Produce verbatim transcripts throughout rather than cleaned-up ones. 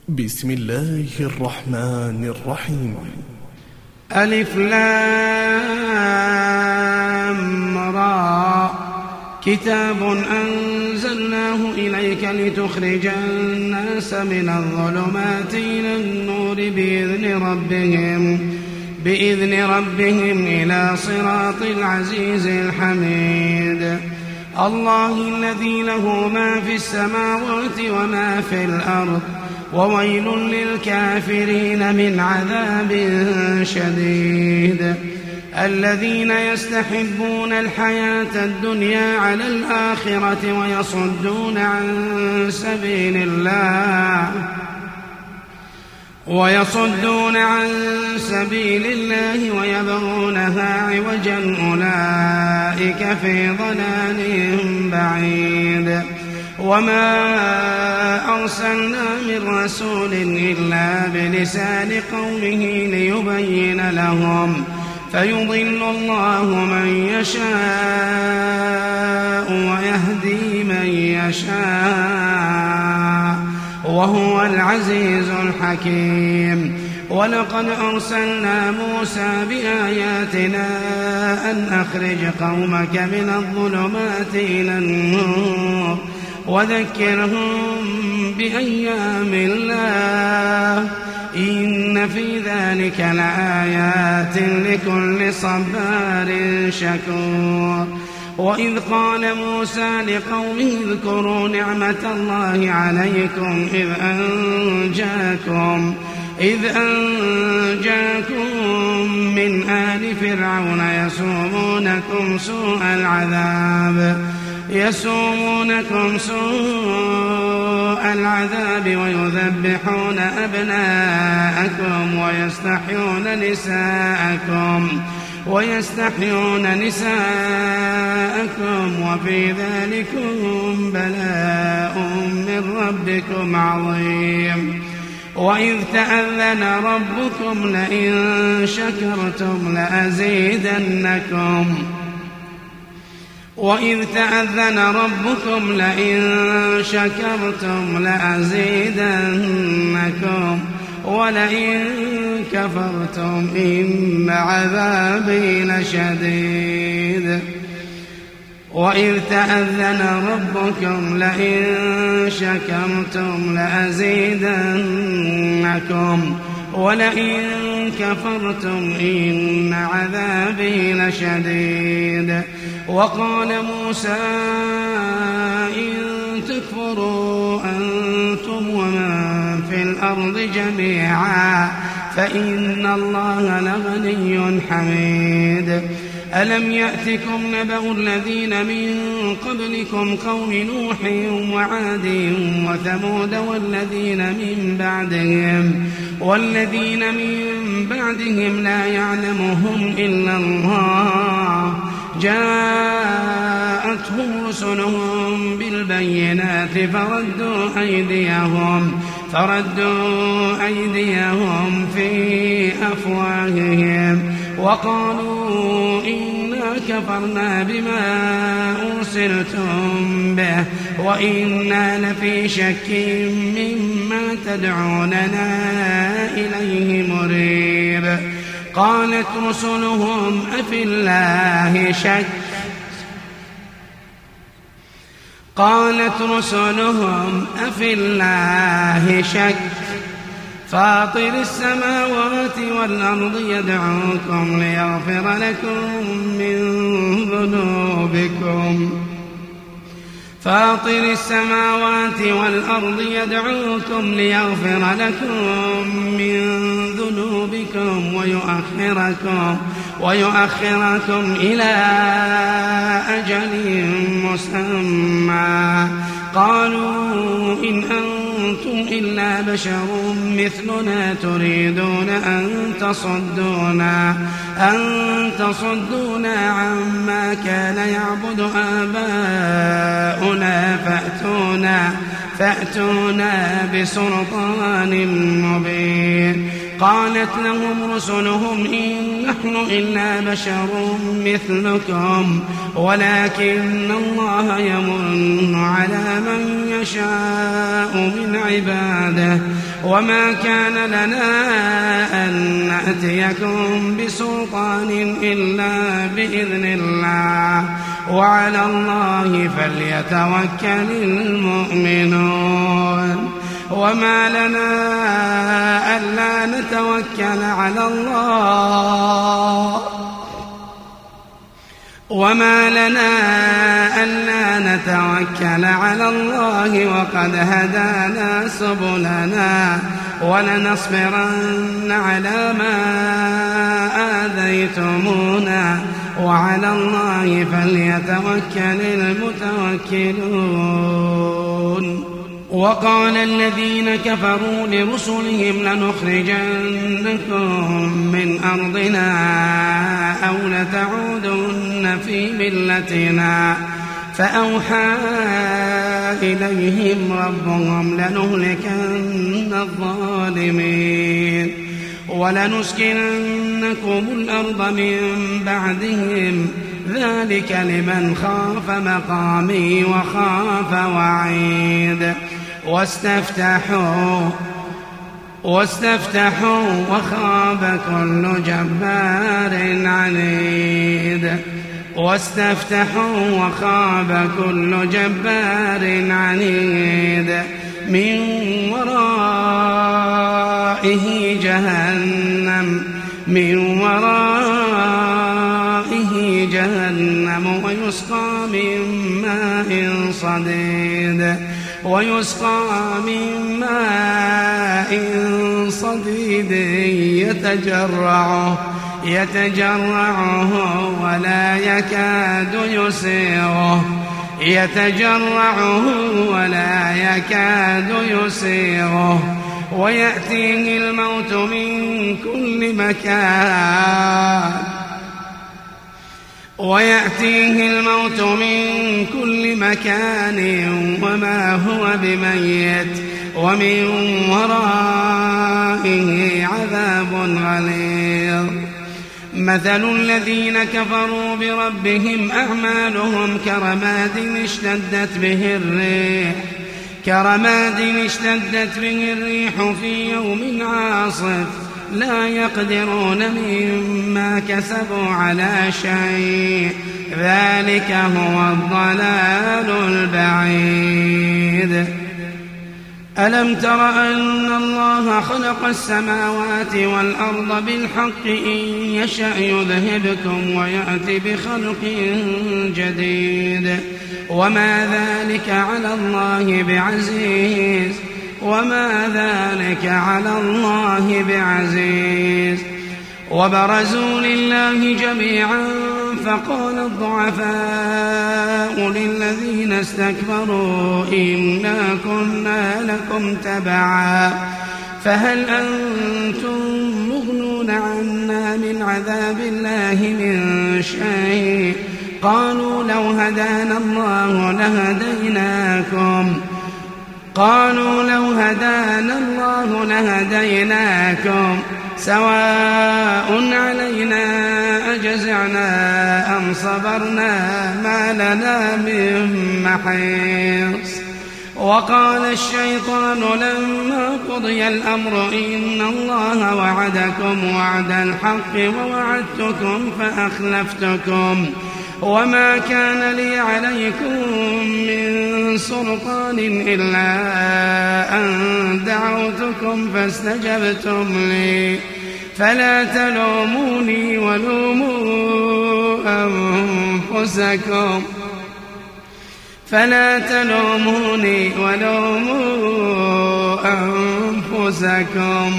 بسم الله الرحمن الرحيم. ألف لام را كتاب أنزلناه إليك لتخرج الناس من الظلمات إلى النور بإذن ربهم بإذن ربهم إلى صراط العزيز الحميد. الله الذي له ما في السماوات وما في الأرض وويل للكافرين من عذاب شديد. الذين يستحبون الحياة الدنيا على الآخرة ويصدون عن سبيل الله ويصدون عن سبيل الله ويبغونها عوجا أولئك في ضلال بعيد. وما أرسلنا من رسول إلا بلسان قومه ليبين لهم فيضل الله من يشاء ويهدي من يشاء وهو العزيز الحكيم. ولقد أرسلنا موسى بآياتنا أن أخرج قومك من الظلمات إلى النور وذكرهم بأيام الله إن في ذلك لآيات لكل صبار شكور. وإذ قال موسى لقومه اذكروا نعمة الله عليكم إذ أنجاكم إذ أنجاكم من آل فرعون يسومونكم سوء العذاب يسومونكم سوء العذاب ويذبحون أبناءكم ويستحيون نساءكم ويستحيون نساءكم وفي ذلكم بلاء من ربكم عظيم. وإذ تأذن ربكم لئن شكرتم لأزيدنكم وإذ تأذن ربكم لئن شكرتم لأزيدنكم ولئن كفرتم إن عذابي لشديد. وإذ تأذن ربكم لئن شكرتم لأزيدنكم ولئن كفرتم إن عذابي لشديد. وقال موسى إن تكفروا أنتم ومن في الأرض جميعا فإن الله لغني حميد. ألم يأتكم نبأ الذين من قبلكم قوم نوح وعاد وثمود والذين من بعدهم والذين من بعدهم لا يعلمهم إلا الله جاءتهم رسلهم بالبينات فردوا أيديهم فردوا أيديهم في أفواههم وقالوا إنا كفرنا بما أرسلتم به وإنا لفي شك مما تدعوننا إليه مريب. قالت رسلهم أفي الله شك قالت رسلهم أفي الله شك فاطر السماوات والأرض يدعوكم ليغفر لكم من ذنوبكم فاطر السماوات والأرض يدعوكم ليغفر لكم من ذنوبكم ويؤخركم ويؤخركم إلى أجل مسمى. قالوا إن أنتم إلا بشر مثلنا تريدون أن تصدونا أن تصدونا عما كان يعبد آباؤنا فأتونا فأتونا بسلطان مبين. قالت لهم رسلهم إن نحن إلا بشر مثلكم ولكن الله يمن على من يشاء من عباده وما كان لنا أن نأتيكم بسلطان إلا بإذن الله وعلى الله فليتوكل المؤمنون وما لنا ألا نتوكل على الله وما لنا ألا نتوكل على الله وقد هدانا سبلنا ولنصبرن على ما آذيتمونا وعلى الله فليتوكل المتوكلون. وقال الذين كفروا لرسلهم لنخرجنكم من أرضنا أو لتعودن في ملتنا فأوحى إليهم ربهم لنهلكن الظالمين ولنسكننكم الأرض من بعدهم ذلك لمن خاف مقامي وخاف وعيد واستفتحوا واستفتحوا وخاب كل جبار عنيد واستفتحوا وخاب كل جبار عنيد من ورائه جهنم من ورائه جهنم ويسقى من ماء صديد ويسقى من ماء صديد يتجرعه يتجرعه ولا يكاد يسيغه يتجرعه ولا يكاد يسيغه ويأتيه الموت من كل مكان ويأتيه الموت من كل مكان وما هو بميت ومن ورائه عذاب غليظ. مثل الذين كفروا بربهم أعمالهم كرماد اشتدت به الريح كرماد اشتدت به الريح في يوم عاصف لا يقدرون مما كسبوا على شيء ذلك هو الضلال البعيد. ألم تر أن الله خلق السماوات والأرض بالحق إن يشأ يذهبكم ويأتي بخلق جديد وما ذلك على الله بعزيز وما ذلك على الله بعزيز. وبرزوا لله جميعا فقال الضعفاء للذين استكبروا إنا كنا لكم تبعا فهل أنتم مغنون عنا من عذاب الله من شيء قالوا لو هدانا الله لهديناكم قالوا لو هدانا الله لهديناكم سواء علينا أجزعنا أم صبرنا ما لنا من محيص. وقال الشيطان لما قضي الأمر إن الله وعدكم وعد الحق ووعدتكم فأخلفتكم وما كان لي عليكم من سلطان إلا أن دعوتكم فاستجبتم لي فلا تلوموني ولوموا أنفسكم فلا تلوموني ولوموا أنفسكم.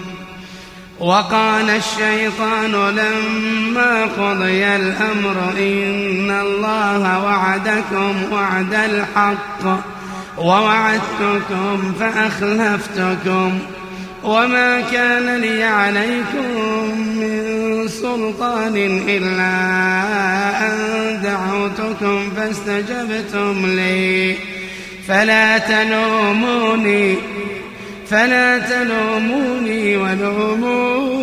وقال الشيطان لما قضي الأمر إن الله وعدكم وعد الحق ووعدتكم فأخلفتكم وما كان لي عليكم من سلطان إلا أن دعوتكم فاستجبتم لي فلا تلوموني فلا تلوموني ولوموا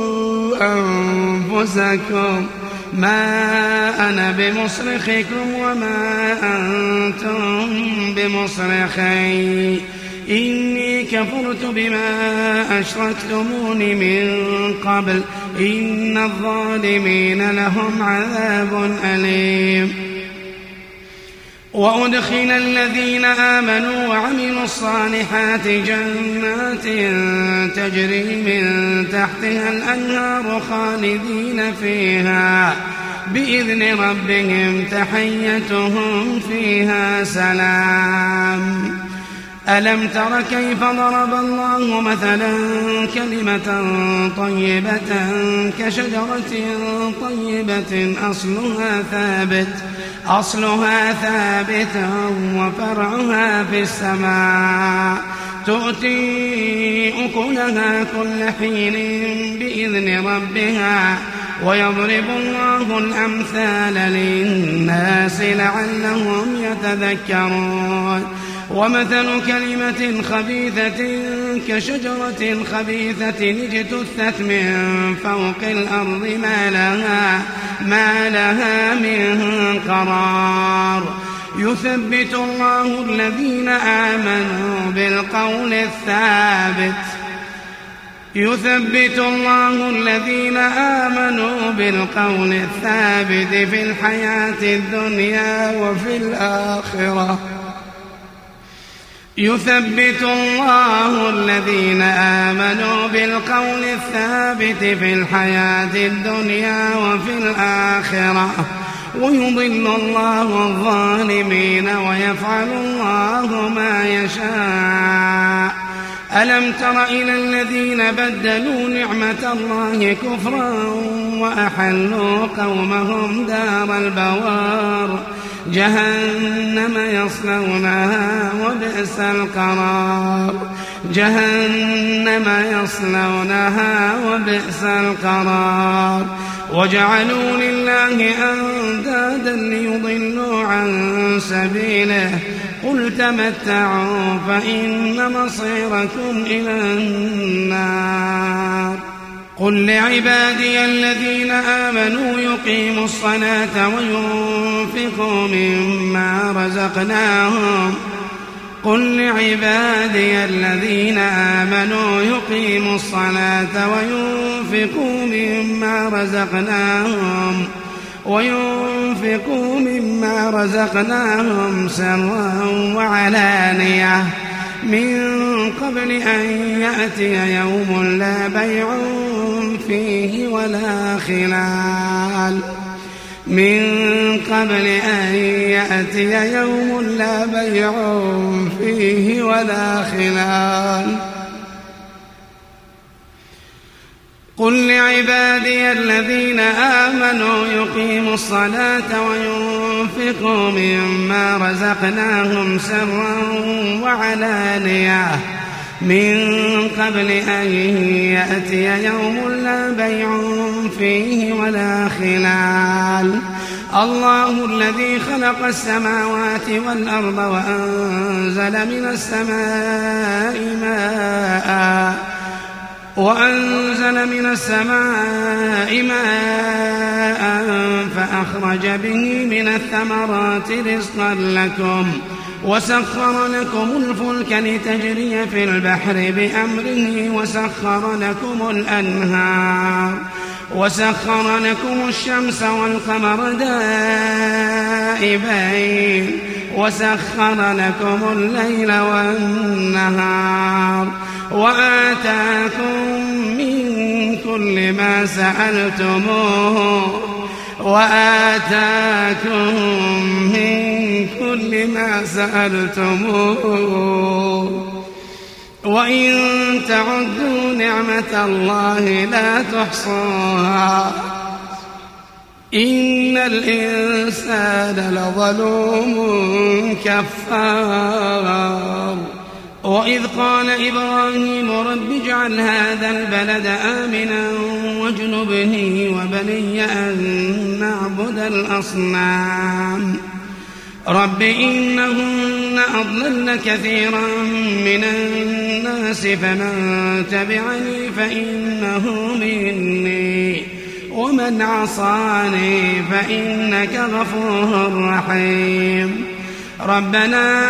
أنفسكم ما أنا بمصرخكم وما أنتم بمصرخي إني كفرت بما أشركتمون من قبل إن الظالمين لهم عذاب أليم. وأدخل الذين آمنوا وعملوا الصالحات جنات تجري من تحتها الأنهار خالدين فيها بإذن ربهم تحيتهم فيها سلام. ألم تر كيف ضرب الله مثلا كلمة طيبة كشجرة طيبة أصلها ثابت أصلها ثابت وفرعها في السماء تؤتي أكلها كل حين بإذن ربها ويضرب الله الأمثال للناس لعلهم يتذكرون. ومثل كلمة خبيثة كشجرة خبيثة اجتثت من فوق الأرض ما لها, ما لها من قرار. يثبت الله الذين آمنوا بالقول الثابت يثبت الله الذين آمنوا بالقول الثابت في الحياة الدنيا وفي الآخرة يثبت الله الذين آمنوا بالقول الثابت في الحياة الدنيا وفي الآخرة ويضل الله الظالمين ويفعل الله ما يشاء. ألم تر إلى الذين بدلوا نعمة الله كفرا وأحلوا قومهم دار البوار جهنم يصلونها وبئس القرار جهنم يصلونها وبئس القرار. وجعلوا لله أندادا ليضلوا عن سبيله قل تمتعوا فإن مصيركم إلى النار. قل لعبادي الذين آمنوا يقيموا الصلاة وينفقوا مما رزقناهم قل لعبادي الذين آمنوا يقيموا الصلاة وينفقوا مما رزقناهم وينفقوا مما رزقناهم سرا وعلانية من قبل أن يأتي يوم لا بيع فيه ولا خلال من قبل أن يأتي يوم لا بيع فيه ولا خلال. قل لعبادي الذين آمنوا يقيموا الصلاة وينفقوا مما رزقناهم سرا وعلانية من قبل أن يأتي يوم لا بيع فيه ولا خلال. الله الذي خلق السماوات والأرض وأنزل من السماء ماء وأنزل من السماء ماء فأخرج به من الثمرات رزقا لكم وسخر لكم الفلك لتجري في البحر بأمره وسخر لكم الأنهار وسخر لكم الشمس والقمر دائبين وسخر لكم الليل والنهار وآتاكم من كل ما سألتموه وآتاكم من كل ما سألتموه وإن تعدوا نعمة الله لا تحصوها إن الإنسان لظلوم كفار. وإذ قال إبراهيم رب اجعل هذا البلد آمنا واجنبني وبني أن نعبد الأصنام رب إنهن أضللن كثيرا من الناس فمن تبعني فإنه مني ومن عصاني فإنك غفور رحيم ربنا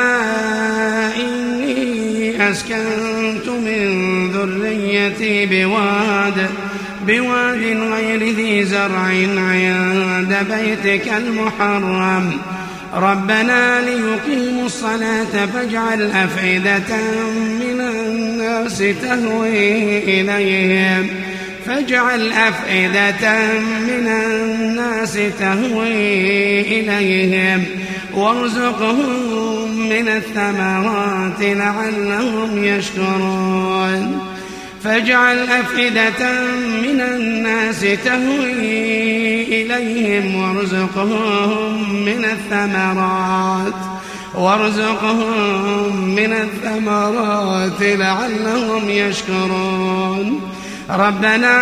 إني أسكنت من ذريتي بواد بواد غير ذي زرع عند بيتك المحرم ربنا ليقيموا الصلاة فاجعل أفئدة من الناس تهوي إليهم فاجعل أفئدة من الناس تهوي إليهم وارزقهم من الثمرات لعلهم يشكرون فاجعل أفئدة من الناس تهوي إليهم وارزقهم من الثمرات وارزقهم من الثمرات لعلهم يشكرون ربنا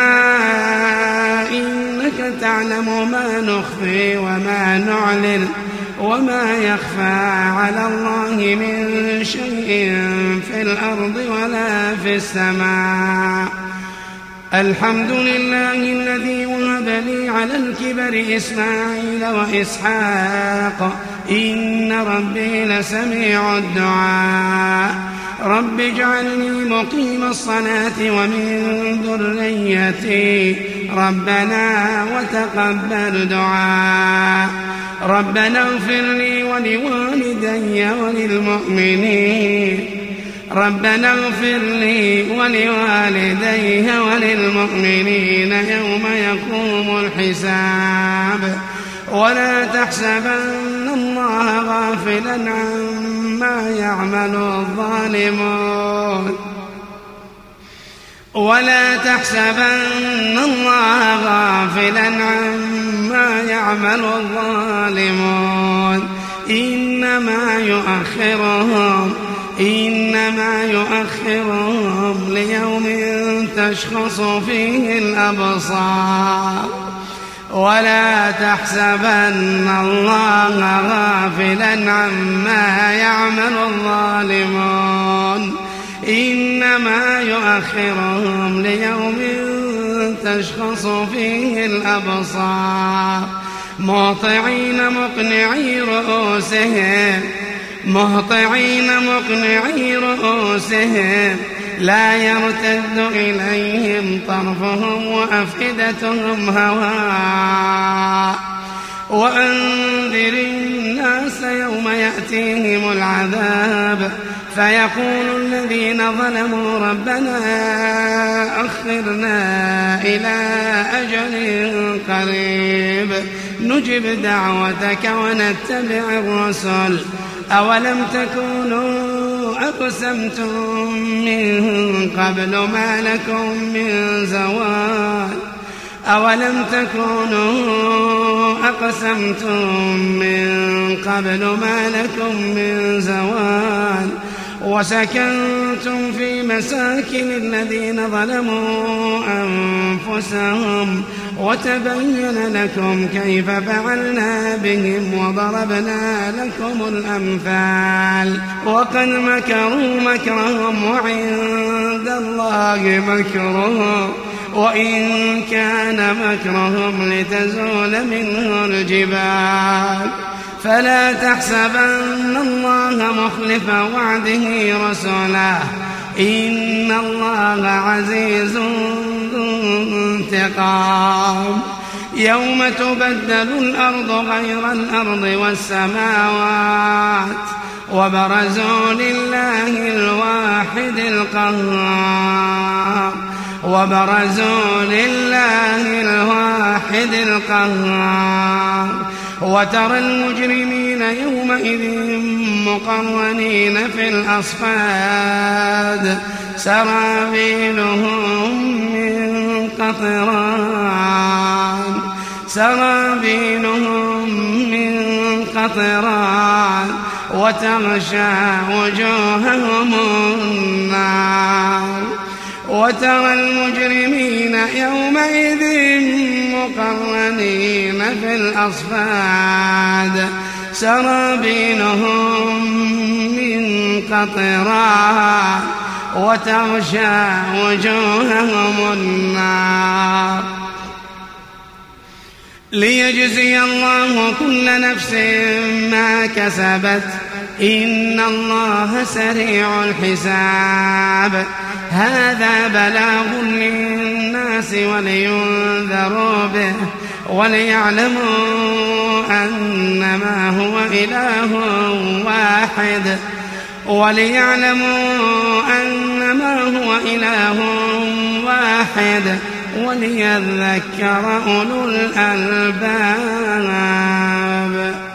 إنك تعلم ما نخفي وما نعلن وما يخفى على الله من شيء في الأرض ولا في السماء الحمد لله الذي وهب لي على الكبر إسماعيل وإسحاق إن ربي لسميع الدعاء رب اجعلني مقيم الصلاة ومن ذريتي ربنا وتقبل دعاء ربنا اغفر لي ولوالدي وللمؤمنين ربنا اغفر لي ولوالدي وللمؤمنين يوم يقوم الحساب ولا تحسبن الله غافلا عما يعمل الظالمون ولا تحسبن الله غافلا عما يعمل الظالمون إنما يؤخرهم إنما يؤخرهم ليوم تشخص فيه الأبصار ولا تحسبن الله غافلا عما يعمل الظالمون إنما يؤخرهم ليوم تشخص فيه الأبصار مهطعين مقنعي رؤوسهم مهطعين مقنعي رؤوسهم لا يرتد إليهم طرفهم وأفئدتهم هواء وأنذر الناس يوم يأتيهم العذاب فيقول الذين ظلموا ربنا أخرنا إلى أجل قريب نجب دعوتك ونتبع الرسل أولم تكونوا أقسمتم من قبل ما لكم من زوال أولم تكونوا أقسمتم من قبل ما لكم من زوال وسكنتم في مساكن الذين ظلموا أنفسهم وتبين لكم كيف فعلنا بهم وضربنا لكم الأمثال وقد مكروا مكرهم وعند الله مكرهم وإن كان مكرهم لتزول منه الجبال فلا تحسبن الله مخلف وعده رسوله إن الله عزيز ذو انتقام يوم تبدل الأرض غير الأرض والسماوات وبرزوا لله الواحد القهار وبرزوا لله الواحد القهار وترى المجرمين يومئذ مقرنين في الأصفاد سرابيلهم من قطران سرابيلهم من قطران وتغشى وجوههم النار وترى المجرمين يومئذ مقرنين في الأصفاد سرابيلهم من قطران وتغشى وجوههم النار ليجزي الله كل نفس ما كسبت إن الله سريع الحساب هذا بلاغ للناس ولينذروا به وليعلموا أنما هو إله واحد وليعلموا أنما هو إله واحد وليذكر أولو الألباب.